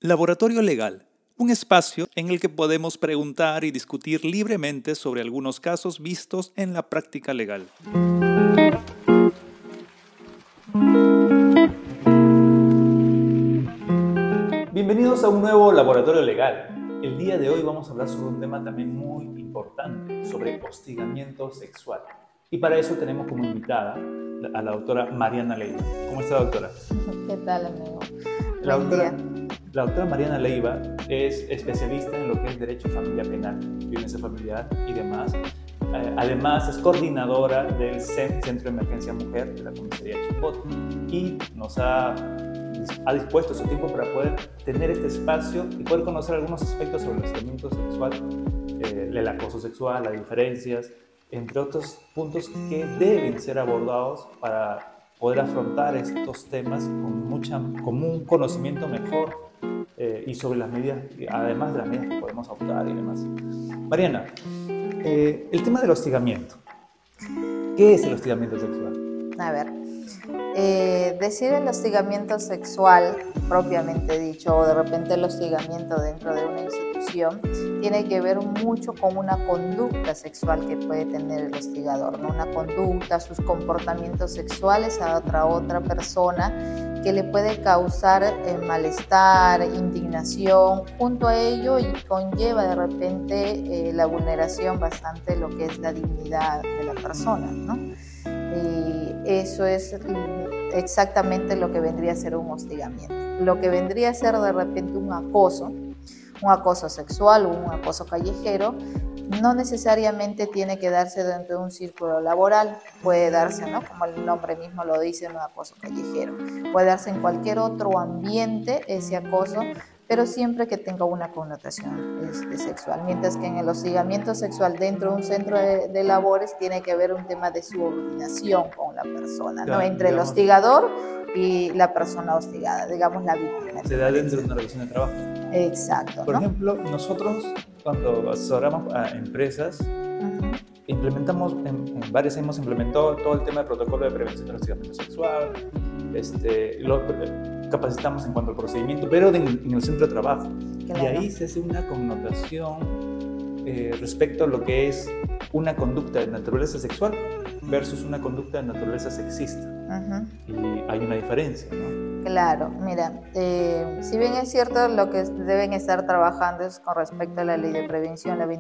Laboratorio Legal, un espacio en el que podemos preguntar y discutir libremente sobre algunos casos vistos en la práctica legal. Bienvenidos a un nuevo Laboratorio Legal. El día de hoy vamos a hablar sobre un tema también muy importante, sobre hostigamiento sexual. Y para eso tenemos como invitada a la doctora Mariana Leiva. ¿Cómo está, doctora? ¿Qué tal, amigo? La doctora Mariana Leiva es especialista en lo que es derecho familiar penal, violencia familiar y demás. Además, es coordinadora del Centro de Emergencia Mujer de la Comisaría Chimbote y nos ha dispuesto su tiempo para poder tener este espacio y poder conocer algunos aspectos sobre el hostigamiento sexual, el acoso sexual, las diferencias, entre otros puntos que deben ser abordados para poder afrontar estos temas con un conocimiento mejor y sobre las medidas, además de las medidas que podemos adoptar y demás. Mariana, el tema del hostigamiento. ¿Qué es el hostigamiento sexual? A ver, decir el hostigamiento sexual propiamente dicho, o de repente el hostigamiento dentro de una institución, tiene que ver mucho con una conducta sexual que puede tener el hostigador, ¿no? Una conducta, sus comportamientos sexuales a otra persona que le puede causar malestar, indignación, junto a ello y conlleva de repente la vulneración bastante de lo que es la dignidad de la persona, ¿no? Y eso es exactamente lo que vendría a ser un hostigamiento. Lo que vendría a ser de repente un acoso sexual o un acoso callejero, no necesariamente tiene que darse dentro de un círculo laboral, puede darse, ¿no? Como el nombre mismo lo dice, un acoso callejero. Puede darse en cualquier otro ambiente ese acoso, pero siempre que tenga una connotación sexual. Mientras que en el hostigamiento sexual dentro de un centro de labores tiene que haber un tema de subordinación con la persona, ¿no? Entre el hostigador y la persona hostigada, digamos la víctima. Se da dentro de una relación de trabajo. Exacto. Por ¿no? ejemplo, nosotros cuando asesoramos a empresas, implementamos, en varias hemos implementado todo el tema de protocolo de prevención del hostigamiento sexual, capacitamos en cuanto al procedimiento, pero en el centro de trabajo. Claro. Y ahí se hace una connotación respecto a lo que es una conducta de naturaleza sexual versus una conducta de naturaleza sexista. Y hay una diferencia, ¿no? Claro, mira, si bien es cierto, lo que deben estar trabajando es con respecto a la ley de prevención, la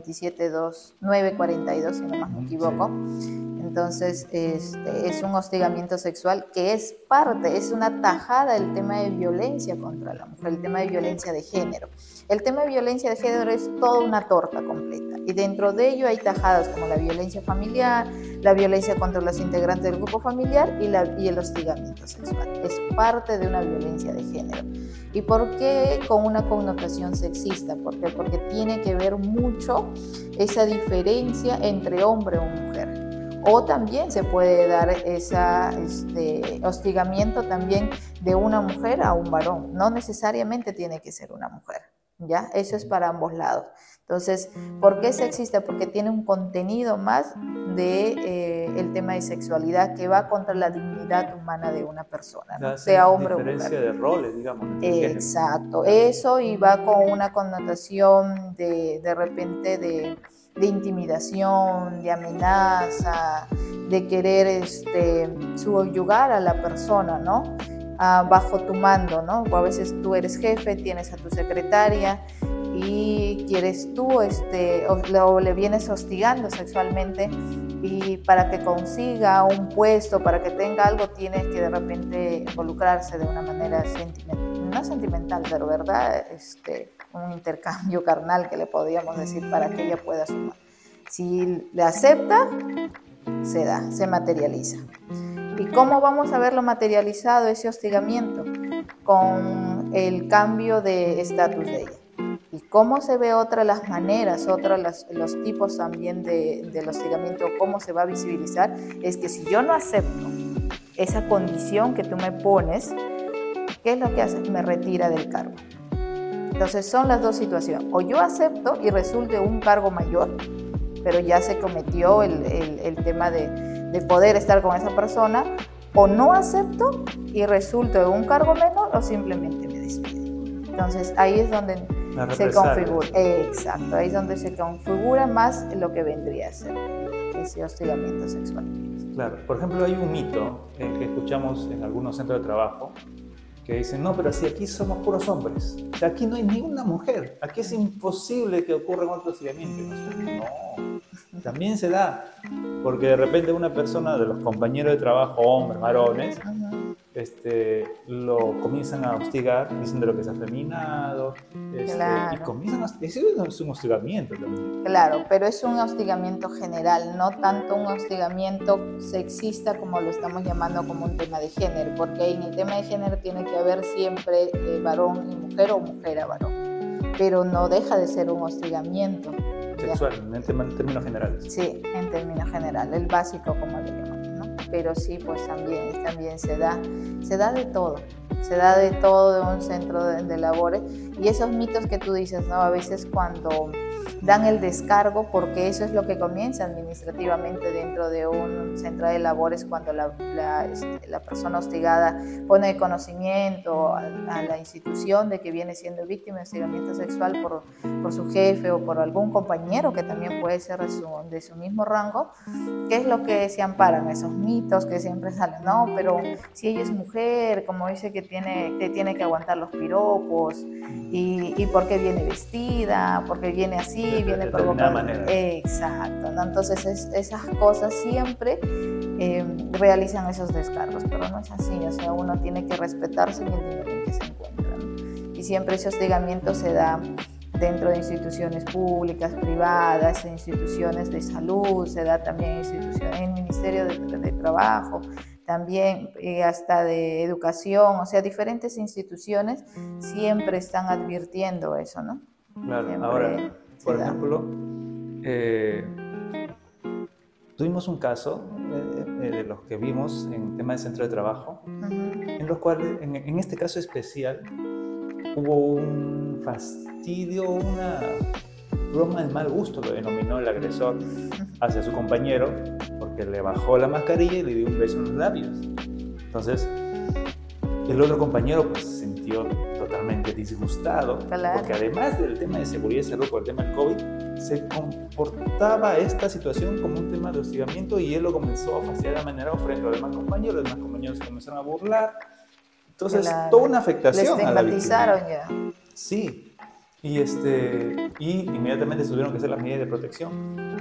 27942, si no más me equivoco. Sí. Entonces, es un hostigamiento sexual que es parte, es una tajada del tema de violencia contra la mujer, el tema de violencia de género. El tema de violencia de género es toda una torta completa y dentro de ello hay tajadas como la violencia familiar, la violencia contra los integrantes del grupo familiar y el hostigamiento sexual. Es parte de una violencia de género. ¿Y por qué con una connotación sexista? ¿Por qué? Porque tiene que ver mucho esa diferencia entre hombre o mujer. O también se puede dar ese hostigamiento también de una mujer a un varón. No necesariamente tiene que ser una mujer, ¿ya? Eso es para ambos lados. Entonces, ¿por qué sexista? Porque tiene un contenido más de el tema de sexualidad que va contra la dignidad humana de una persona, ¿no? Sea hombre o mujer. Diferencia de roles, digamos. Exacto. Eso y va con una connotación de repente de intimidación, de amenaza, de querer subyugar a la persona, ¿no? Bajo tu mando, ¿no? O a veces tú eres jefe, tienes a tu secretaria y quieres tú, o le vienes hostigando sexualmente y para que consiga un puesto, para que tenga algo, tienes que de repente involucrarse de una manera no sentimental, pero verdad, un intercambio carnal que le podríamos decir para que ella pueda sumar. Si le acepta, se da, se materializa. ¿Y cómo vamos a verlo materializado ese hostigamiento? Con el cambio de estatus de ella. ¿Y cómo se ve otra de las maneras, los tipos también del hostigamiento, cómo se va a visibilizar? Es que si yo no acepto esa condición que tú me pones, ¿qué es lo que hace? Me retira del cargo. Entonces son las dos situaciones. O yo acepto y resulte un cargo mayor, pero ya se cometió el tema de poder estar con esa persona, o no acepto y resulto en un cargo menor o simplemente me despido. Entonces ahí es donde se configura, exacto, ahí es donde se configura más lo que vendría a ser ese hostigamiento sexual. Claro, por ejemplo, hay un mito que escuchamos en algunos centros de trabajo que dicen, no, pero si aquí somos puros hombres, o sea, aquí no hay ninguna mujer, aquí es imposible que ocurra un hostigamiento. No, también se da, porque de repente una persona de los compañeros de trabajo, hombres, varones, lo comienzan a hostigar, diciendo lo que es afeminado, claro. y comienzan eso es un hostigamiento también. Claro, pero es un hostigamiento general, no tanto un hostigamiento sexista como lo estamos llamando como un tema de género, porque en el tema de género tiene que haber siempre varón y mujer o mujer a varón, pero no deja de ser un hostigamiento. Sexual, en términos generales. Sí, en términos generales, el básico como le llamamos, ¿no? Pero sí, pues también se da de todo. Se da de todo de un centro de labores, y esos mitos que tú dices, ¿no? A veces cuando dan el descargo, porque eso es lo que comienza administrativamente dentro de un centro de labores, cuando la persona hostigada pone de conocimiento a la institución de que viene siendo víctima de hostigamiento sexual por su jefe o por algún compañero que también puede ser de su mismo rango. ¿Qué es lo que se amparan? Esos mitos que siempre salen, no, pero si ella es mujer, como dice que tiene que aguantar los piropos, y por qué viene vestida, porque viene así, viene provocando. Exacto, ¿no? Entonces esas cosas siempre realizan esos descargos, pero no es así, o sea, uno tiene que respetarse en el nivel en que se encuentra, ¿no? Y siempre ese hostigamiento se da dentro de instituciones públicas, privadas, instituciones de salud, se da también en el Ministerio de Trabajo, también hasta de educación, o sea, diferentes instituciones siempre están advirtiendo eso, ¿no? Claro, siempre ahora, por ejemplo, tuvimos un caso de los que vimos en tema de centro de trabajo, en los cuales, en este caso especial, hubo un fastidio, una broma de mal gusto, lo denominó el agresor hacia su compañero, porque le bajó la mascarilla y le dio un beso en los labios. Entonces, el otro compañero pues se sintió totalmente disgustado, claro, porque además del tema de seguridad y salud, por el tema del COVID, se comportaba esta situación como un tema de hostigamiento, y él lo comenzó a fastidiar de manera frente a los demás compañeros se comenzaron a burlar. Entonces, claro, toda una afectación les a la víctima. ya. Sí, y inmediatamente se tuvieron que hacer las medidas de protección,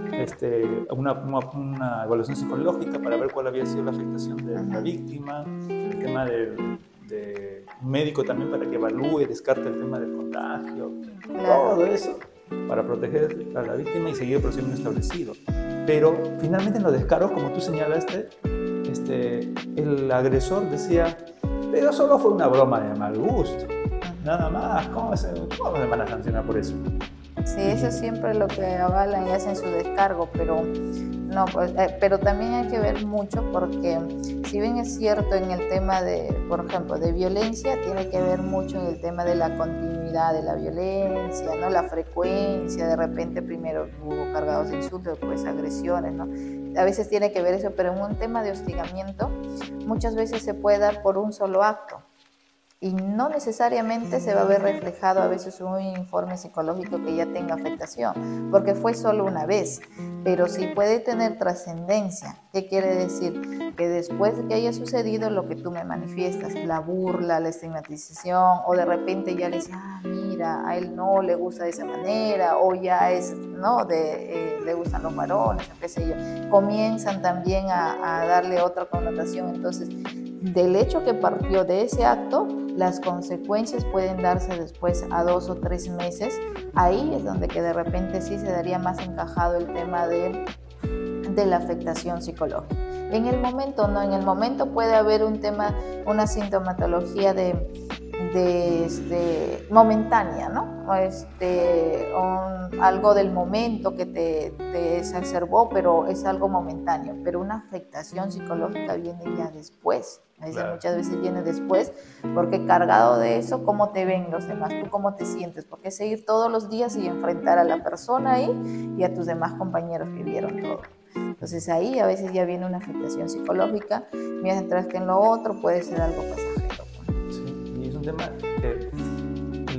una evaluación psicológica para ver cuál había sido la afectación de la víctima, el tema de un médico también para que evalúe, descarte el tema del contagio, claro, todo eso para proteger a la víctima y seguir el procedimiento establecido. Pero finalmente en los descargos, como tú señalaste, el agresor decía, pero solo fue una broma de mal gusto, nada más, ¿cómo me van a sancionar por eso? Sí, eso es siempre lo que avalan y hacen su descargo, pero no, pues, pero también hay que ver mucho, porque si bien es cierto en el tema de, por ejemplo, de violencia, tiene que ver mucho en el tema de la continuidad de la violencia, ¿no? La frecuencia, de repente primero hubo cargados de insultos, después agresiones, ¿no? A veces tiene que ver eso, pero en un tema de hostigamiento muchas veces se puede dar por un solo acto, y no necesariamente se va a ver reflejado a veces un informe psicológico que ya tenga afectación, porque fue solo una vez, pero sí puede tener trascendencia. ¿Qué quiere decir? Que después de que haya sucedido lo que tú me manifiestas, la burla, la estigmatización, o de repente ya le dices, mira, a él no le gusta de esa manera, o ya es, ¿no? Le gustan los varones, o qué sé yo. Comienzan también a darle otra connotación. Entonces, del hecho que partió de ese acto, las consecuencias pueden darse después a 2 o 3 meses. Ahí es donde que de repente sí se daría más encajado el tema de la afectación psicológica. En el momento no, en el momento puede haber un tema, una sintomatología momentánea, ¿no? Algo del momento que te exacerbó, pero es algo momentáneo, pero una afectación psicológica viene ya después. Claro. Muchas veces viene después, porque cargado de eso, ¿cómo te ven los demás? ¿Tú cómo te sientes? Porque seguir todos los días y enfrentar a la persona ahí y a tus demás compañeros que vieron todo. Entonces ahí a veces ya viene una afectación psicológica, mientras que en lo otro puede ser algo pasajero. Sí, y es un tema que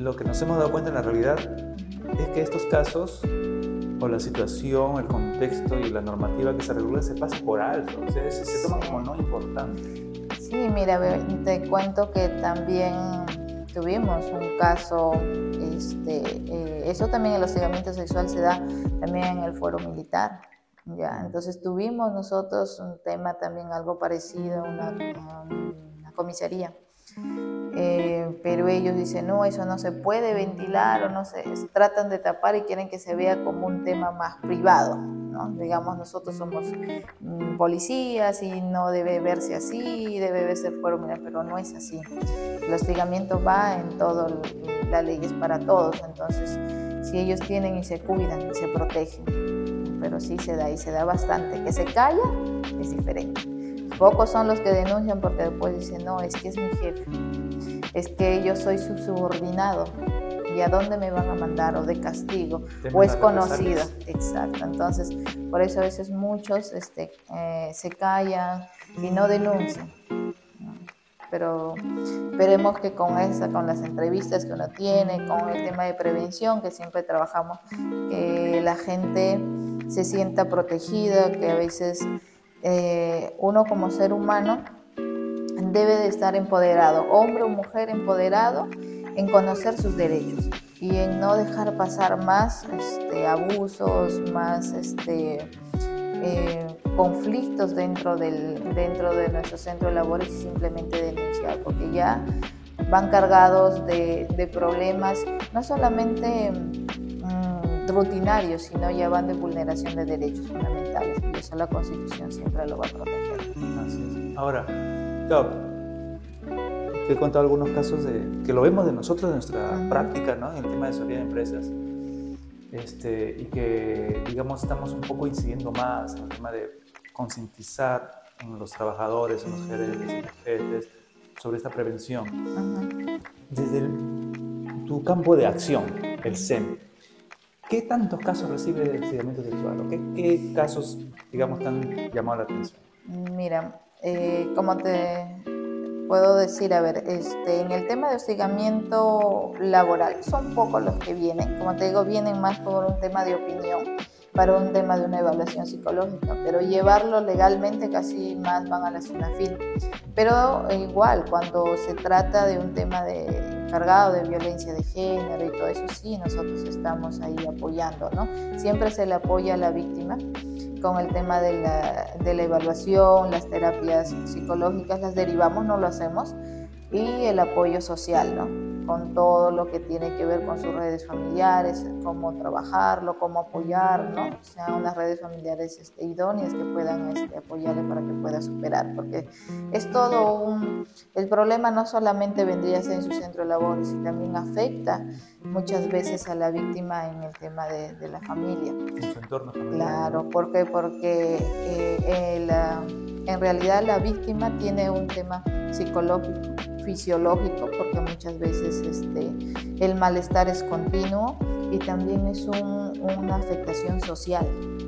lo que nos hemos dado cuenta en la realidad es que estos casos, o la situación, el contexto y la normativa que se regula se pasa por alto, o sea, se toma como no importante. Sí, mira, te cuento que también tuvimos un caso, eso también, el hostigamiento sexual se da también en el fuero militar, ¿ya? Entonces tuvimos nosotros un tema también algo parecido, una comisaría. Pero ellos dicen, no, eso no se puede ventilar, o no se tratan de tapar y quieren que se vea como un tema más privado, ¿no? Digamos, nosotros somos policías y no debe verse así, debe verse fuero militar, pero no es así. El hostigamiento va en todo, la ley es para todos, entonces si ellos tienen y se cuidan y se protegen, pero sí se da, y se da bastante. Que se calla es diferente. Pocos son los que denuncian porque después dicen, no, es que es mi jefe, es que yo soy su subordinado, ¿y a dónde me van a mandar? O de castigo, o es conocido. Exacto, entonces por eso a veces muchos se callan y no denuncian. Pero esperemos que con las entrevistas que uno tiene, con el tema de prevención que siempre trabajamos, que la gente se sienta protegida, que a veces uno como ser humano debe de estar empoderado, hombre o mujer empoderado, en conocer sus derechos y en no dejar pasar más abusos, más conflictos dentro de nuestro centro de labores, y simplemente denunciar, porque ya van cargados de problemas, no solamente rutinarios, sino ya van de vulneración de derechos fundamentales, y eso la Constitución siempre lo va a proteger. Así es. Ahora, claro, te he contado algunos casos que lo vemos de nosotros, de nuestra práctica, ¿no? En el tema de seguridad de empresas, y que, digamos, estamos un poco incidiendo más en el tema de concientizar en los trabajadores, en los gerentes, en los jefes, sobre esta prevención. Desde tu campo de acción, el SEM, ¿qué tantos casos recibe de hostigamiento sexual? ¿O qué casos, digamos, te han llamado la atención? Mira, como te puedo decir, a ver, en el tema de hostigamiento laboral, son pocos los que vienen. Como te digo, vienen más por un tema de opinión, para un tema de una evaluación psicológica, pero llevarlo legalmente casi más van a la SUNAFIL. Pero igual, cuando se trata de un tema cargado de violencia de género y todo eso, sí, nosotros estamos ahí apoyando, ¿no? Siempre se le apoya a la víctima con el tema de la evaluación, las terapias psicológicas las derivamos, no lo hacemos, y el apoyo social, ¿no? Con todo lo que tiene que ver con sus redes familiares, cómo trabajarlo, cómo apoyar, ¿no? O sea, unas redes familiares idóneas que puedan apoyarle para que pueda superar, porque es todo el problema no solamente vendría a ser en su centro de labores, sino también afecta muchas veces a la víctima en el tema de la familia. En su entorno familiar. Claro, ¿por qué? Porque en realidad la víctima tiene un tema psicológico, fisiológico, porque muchas veces el malestar es continuo, y también es una afectación social.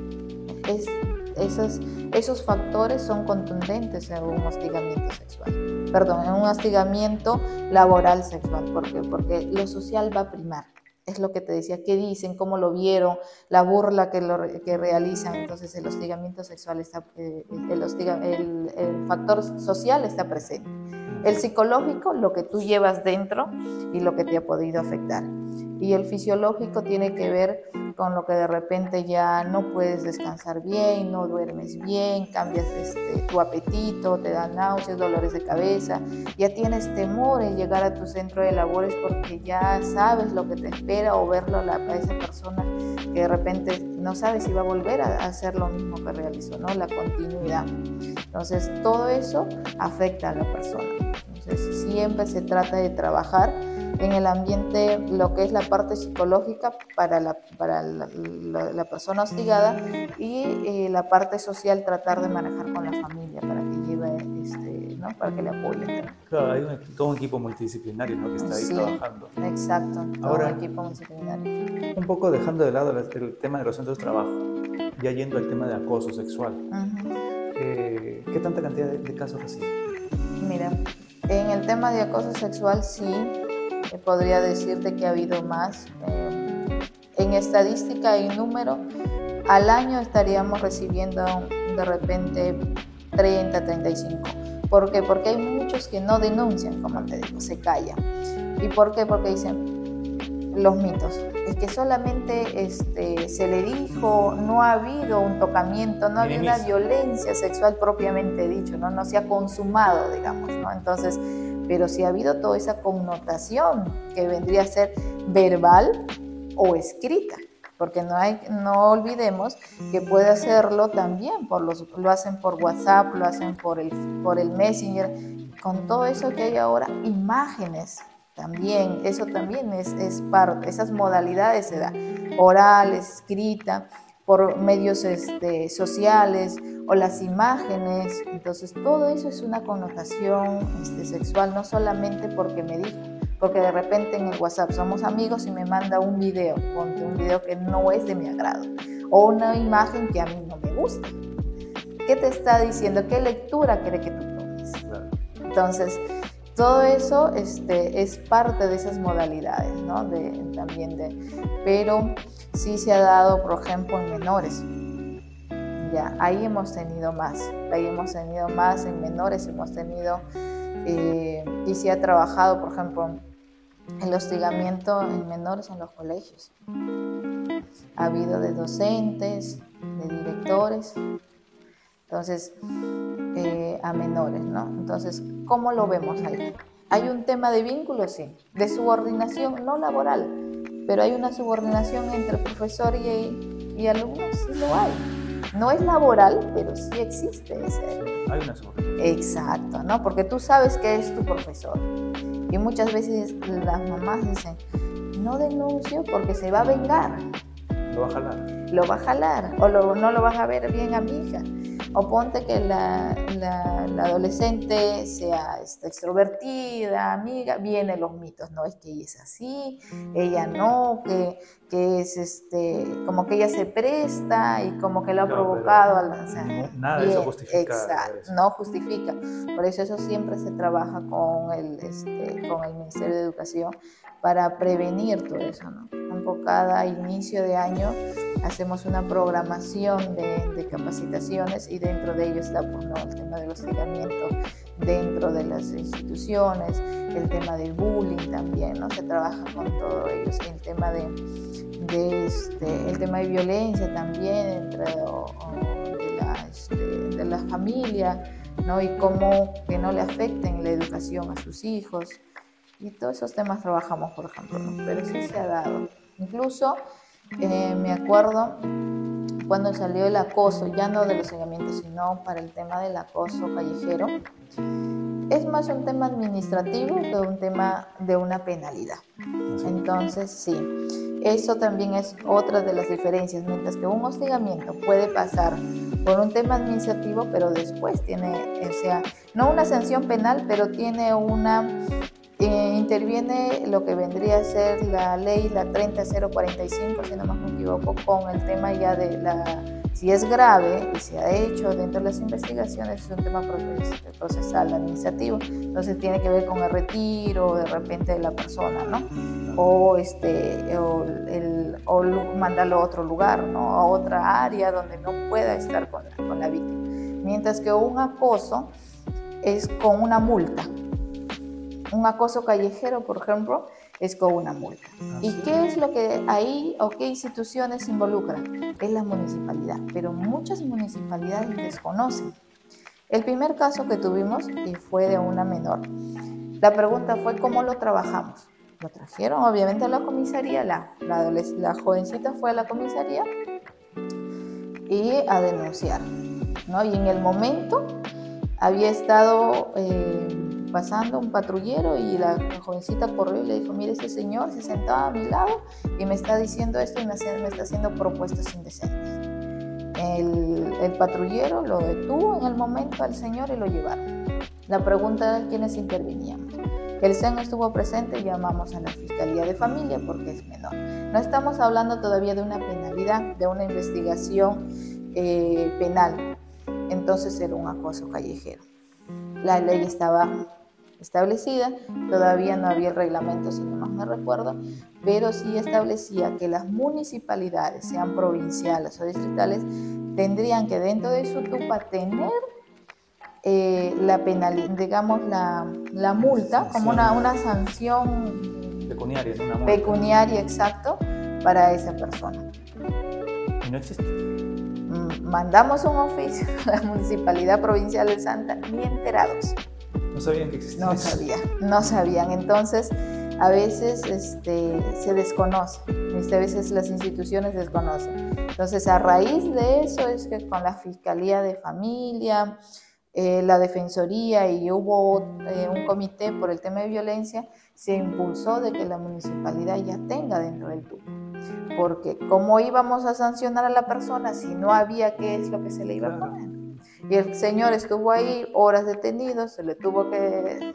Esos factores son contundentes en un hostigamiento sexual, en un hostigamiento laboral sexual. ¿Por qué? Porque lo social va a primar. Es lo que te decía, qué dicen, cómo lo vieron, la burla que realizan. Entonces el hostigamiento sexual el factor social está presente. El psicológico, lo que tú llevas dentro y lo que te ha podido afectar. Y el fisiológico tiene que ver con lo que de repente ya no puedes descansar bien, no duermes bien, cambias tu apetito, te dan náuseas, dolores de cabeza, ya tienes temor en llegar a tu centro de labores porque ya sabes lo que te espera, o verlo a esa persona que de repente no sabes si va a volver a hacer lo mismo que realizó, ¿no? La continuidad. Entonces todo eso afecta a la persona. Entonces siempre se trata de trabajar en el ambiente, lo que es la parte psicológica para la persona hostigada, y la parte social tratar de manejar con la familia para que lleve, ¿no? Para que le apoyen. Claro, hay todo un equipo multidisciplinario, ¿no? Que está ahí trabajando. Exacto, ahora, todo un equipo multidisciplinario. Un poco dejando de lado el tema de los centros de trabajo, ya yendo al tema de acoso sexual. ¿Qué tanta cantidad de casos recibe? Mira, en el tema de acoso sexual sí. podría decirte que ha habido más. En estadística y número, al año estaríamos recibiendo de repente 30, 35. ¿Por qué? Porque hay muchos que no denuncian, como te digo, se callan. ¿Y por qué? Porque dicen los mitos. Es que solamente se le dijo, no ha habido un tocamiento, no ha habido una violencia sexual propiamente dicho, no se ha consumado, digamos, ¿no? Entonces, pero sí ha habido toda esa connotación que vendría a ser verbal o escrita, porque no olvidemos que puede hacerlo también, lo hacen por WhatsApp, lo hacen por el Messenger, con todo eso que hay ahora, imágenes también, eso también es parte, esas modalidades se dan, oral, escrita, por medios sociales o las imágenes. Entonces todo eso es una connotación sexual, no solamente porque me dijo, porque de repente en el WhatsApp somos amigos y me manda un video, ponte un video que no es de mi agrado o una imagen que a mí no me gusta. ¿Qué te está diciendo? ¿Qué lectura quiere que tú tomes? Entonces, todo eso es parte de esas modalidades, ¿no? Pero sí se ha dado, por ejemplo, en menores. Ya, ahí hemos tenido más en menores, hemos tenido, y se ha trabajado, por ejemplo, el hostigamiento en menores en los colegios. Ha habido de docentes, de directores, entonces, a menores, ¿no? Entonces, ¿cómo lo vemos ahí? Hay un tema de vínculo, sí, de subordinación, no laboral, pero hay una subordinación entre profesor y alumno, sí lo hay. No es laboral, pero sí existe hay una subordinación. Exacto, ¿no? Porque tú sabes que es tu profesor. Y muchas veces las mamás dicen, no denuncio porque se va a vengar. Lo va a jalar. Lo va a jalar, o no lo van a ver bien a mi hija. O ponte que la adolescente sea extrovertida, amiga, vienen los mitos, no, es que ella es así, ella no, que es como que ella se presta y como que lo ha provocado. Nada de eso justifica. Exacto, eso. No justifica. Por eso siempre se trabaja con el Ministerio de Educación para prevenir todo eso, ¿no? Cada inicio de año hacemos una programación de capacitaciones y dentro de ello está el tema del hostigamiento dentro de las instituciones, el tema del bullying también, ¿no? Se trabaja con todo ello, el tema el tema de violencia también de la familia, ¿no? Y cómo que no le afecten la educación a sus hijos. Y todos esos temas trabajamos, por ejemplo, ¿no? Pero sí se ha dado. Incluso me acuerdo cuando salió el acoso, ya no del hostigamiento, sino para el tema del acoso callejero. Es más un tema administrativo que un tema de una penalidad. Entonces, sí, eso también es otra de las diferencias. Mientras que un hostigamiento puede pasar por un tema administrativo, pero después tiene, no una sanción penal, pero tiene interviene lo que vendría a ser la ley, la 30045, si no me equivoco, con el tema ya de si es grave y se ha hecho dentro de las investigaciones, es un tema procesal, administrativo, entonces tiene que ver con el retiro de repente de la persona, ¿no? O mandarlo a otro lugar, ¿no? A otra área donde no pueda estar con la víctima. Mientras que un acoso es con una multa. Un acoso callejero, por ejemplo, es con una multa. ¿Y qué es lo que ahí o qué instituciones se involucran? Es la municipalidad, pero muchas municipalidades desconocen. El primer caso que tuvimos fue de una menor. La pregunta fue cómo lo trabajamos. Lo trajeron obviamente a la comisaría, la jovencita fue a la comisaría y a denunciar, ¿no? Y en el momento había estado pasando un patrullero y la jovencita corrió y le dijo, mire, ese señor se sentaba a mi lado y me está diciendo esto y me está haciendo propuestas indecentes. El patrullero lo detuvo en el momento al señor y lo llevaron. La pregunta era quiénes intervenían. El SEN estuvo presente y llamamos a la Fiscalía de Familia porque es menor. No estamos hablando todavía de una penalidad, de una investigación penal. Entonces era un acoso callejero. La ley estaba establecida, todavía no había el reglamento, si no más me recuerdo, pero sí establecía que las municipalidades, sean provinciales o distritales, tendrían que dentro de su TUPA tener la multa como una sanción pecuniaria, ¿no? Una multa pecuniaria, exacto, para esa persona. ¿Y no existe? Mandamos un oficio a la Municipalidad Provincial del Santa, ni enterados. No sabían que existía. No sabían. Entonces, a veces se desconoce. A veces las instituciones desconocen. Entonces, a raíz de eso es que con la Fiscalía de Familia, la Defensoría y hubo un comité por el tema de violencia, se impulsó de que la municipalidad ya tenga dentro del TUPA. Porque ¿cómo íbamos a sancionar a la persona si no había qué es lo que se le iba a poner? Y el señor estuvo ahí horas detenido, se le tuvo que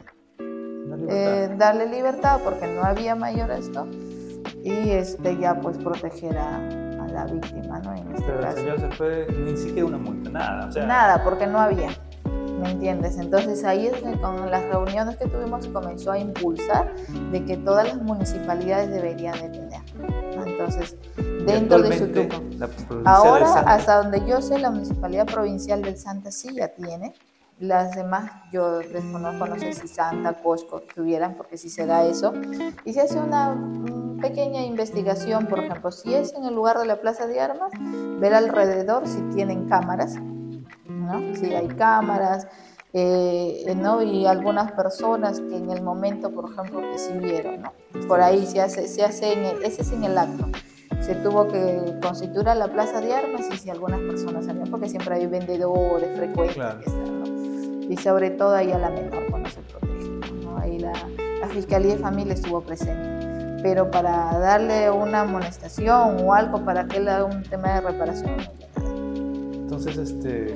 darle libertad porque no había mayor esto, y ya pues proteger a la víctima, ¿no? En este Pero caso. el señor se fue, ni siquiera una multa, nada. O sea, nada, porque no había. ¿Me entiendes? Entonces ahí es que con las reuniones que tuvimos comenzó a impulsar de que todas las municipalidades deberían de tener, ¿no? Entonces, dentro de su TUPA. Ahora, hasta donde yo sé, la Municipalidad Provincial del Santa sí ya tiene. Las demás yo desconozco, no sé si Santa, Cosco tuvieran, porque si se da eso. Y se hace una pequeña investigación, por ejemplo, si es en el lugar de la Plaza de Armas, ver alrededor si tienen cámaras, ¿no? Si hay cámaras, ¿no? Y algunas personas que en el momento, por ejemplo, que sí vieron, ¿no? Por ahí se hace ese es en el acto. Se tuvo que constituir a la Plaza de Armas y si algunas personas salían, porque siempre hay vendedores frecuentes, claro. ¿No? Y sobre todo ahí a la menor cuando se protege, ¿no? Ahí la Fiscalía de Familia estuvo presente, pero para darle una amonestación o algo para que él haga un tema de reparación, no. Entonces,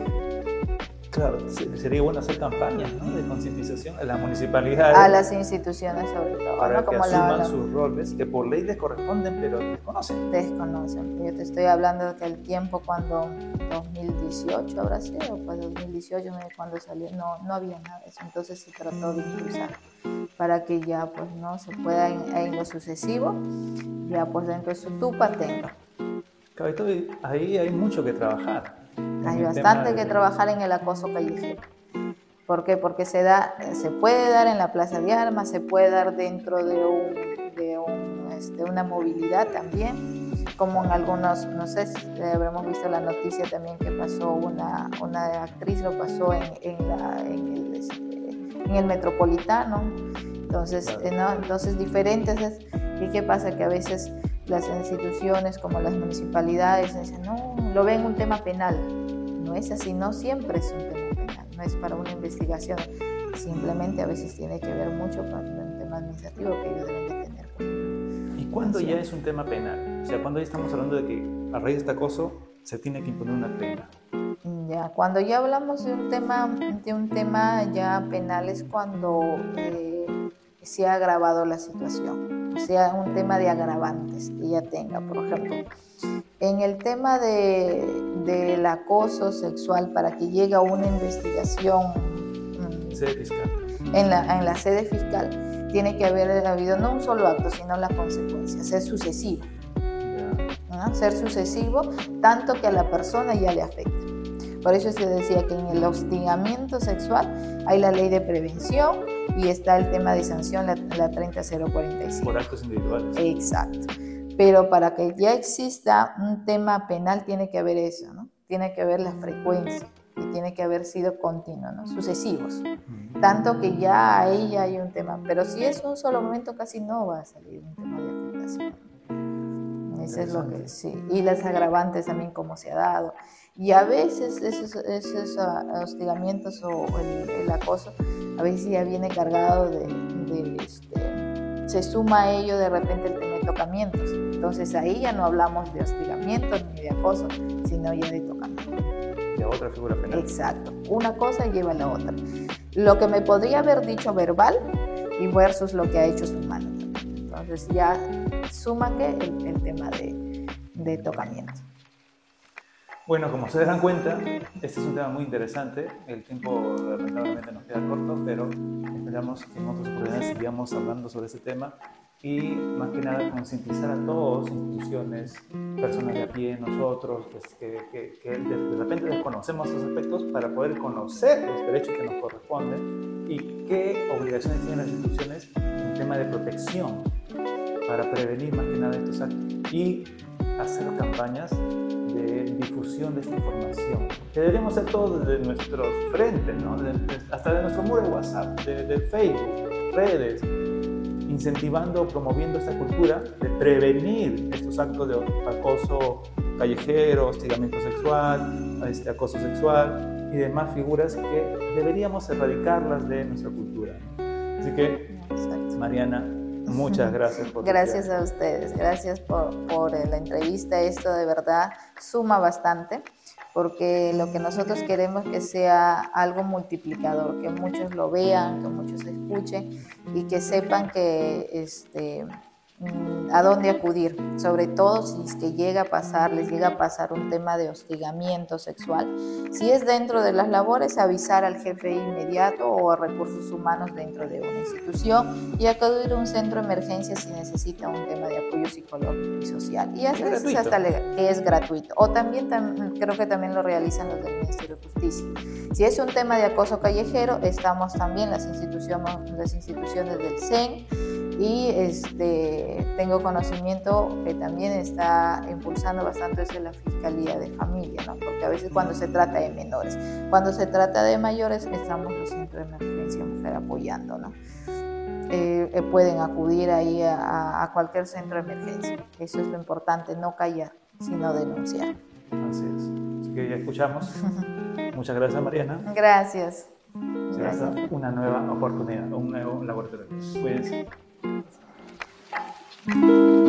claro, sería bueno hacer campañas, ¿no?, de concientización a las municipalidades. A las instituciones sobre todo. Para, ¿no?, que como asuman sus roles, que por ley les corresponden, pero desconocen. Desconocen. Yo te estoy hablando de que el tiempo cuando 2018 habrá sido, pues 2018 cuando salió, no había nada de eso. Entonces se trató de impulsar para que ya pues no se pueda en lo sucesivo, ya pues dentro de su TUPA tenga. Claro, ahí hay mucho que trabajar. Hay bastante que trabajar en el acoso callejero. ¿Por qué? Porque se puede dar en la Plaza de Armas, se puede dar dentro de una movilidad también, como en algunos, no sé si habremos visto la noticia también que pasó, una actriz lo pasó en el Metropolitano. Entonces, ¿no? Entonces diferentes. ¿Y qué pasa? Que a veces las instituciones como las municipalidades dicen, no, lo ven un tema penal. No es así, no siempre es un tema penal, no es para una investigación, simplemente a veces tiene que ver mucho con un tema administrativo que ellos deben de tener. ¿Y cuándo ya es un tema penal? O sea, cuando ya estamos hablando de que a raíz de este acoso se tiene que imponer una pena. Ya, cuando ya hablamos de un tema ya penal es cuando se ha agravado la situación, o sea, un tema de agravantes que ya tenga, por ejemplo. En el tema del acoso sexual, para que llegue a una investigación sede fiscal. En la sede fiscal, tiene que haber habido no un solo acto, sino la consecuencia, ser sucesivo. ¿No? Ser sucesivo, tanto que a la persona ya le afecta. Por eso se decía que en el hostigamiento sexual hay la ley de prevención y está el tema de sanción, la 30045. Por actos individuales. Exacto. Pero para que ya exista un tema penal tiene que haber eso, ¿no? Tiene que haber la frecuencia y tiene que haber sido continuo, ¿no? Sucesivos. Tanto que ya ahí ya hay un tema. Pero si es un solo momento casi no va a salir un tema de afectación. Eso es lo que sí. Y las agravantes también como se ha dado. Y a veces esos hostigamientos o el acoso, a veces ya viene cargado se suma a ello de repente el tema de tocamientos. Entonces ahí ya no hablamos de hostigamiento ni de acoso, sino ya de tocamiento. De otra figura penal. Exacto. Una cosa lleva a la otra. Lo que me podría haber dicho verbal y versus lo que ha hecho su mano. Entonces ya suma que el tema de tocamiento. Bueno, como se dan cuenta, este es un tema muy interesante. El tiempo lamentablemente nos queda corto, pero esperamos que en otras oportunidades sigamos hablando sobre este tema y más que nada concientizar a todos, instituciones, personas de a pie, nosotros, que de repente desconocemos esos aspectos para poder conocer los derechos que nos corresponden y qué obligaciones tienen las instituciones en tema de protección para prevenir más que nada estos actos y hacer campañas de difusión de esta información, que deberíamos hacer todos desde nuestros frentes, ¿no? Hasta de nuestro muro de WhatsApp, de Facebook, redes, incentivando, promoviendo esta cultura de prevenir estos actos de acoso callejero, hostigamiento sexual, acoso sexual y demás figuras que deberíamos erradicarlas de nuestra cultura. Así que, Mariana, muchas gracias por Gracias a ustedes, gracias por la entrevista. Esto de verdad suma bastante, porque lo que nosotros queremos es que sea algo multiplicador, que muchos lo vean, que muchos escuchen y que sepan que a dónde acudir, sobre todo si es que les llega a pasar un tema de hostigamiento sexual. Si es dentro de las labores, avisar al jefe inmediato o a recursos humanos dentro de una institución y acudir a un centro de emergencia si necesita un tema de apoyo psicológico y social. Y hasta que es gratuito. O también creo que también lo realizan los del Ministerio de Justicia. Si es un tema de acoso callejero, estamos también las instituciones del CEN, y tengo conocimiento que también está impulsando bastante eso la Fiscalía de Familia, ¿no? Porque a veces cuando se trata de menores, cuando se trata de mayores, estamos los centros de emergencia mujer apoyando, ¿no? Pueden acudir ahí a cualquier centro de emergencia. Eso es lo importante, no callar, sino denunciar. Así es. Así que ya escuchamos. Muchas gracias, Mariana. Gracias. Hasta una nueva oportunidad, un nuevo laboratorio. Cuídense.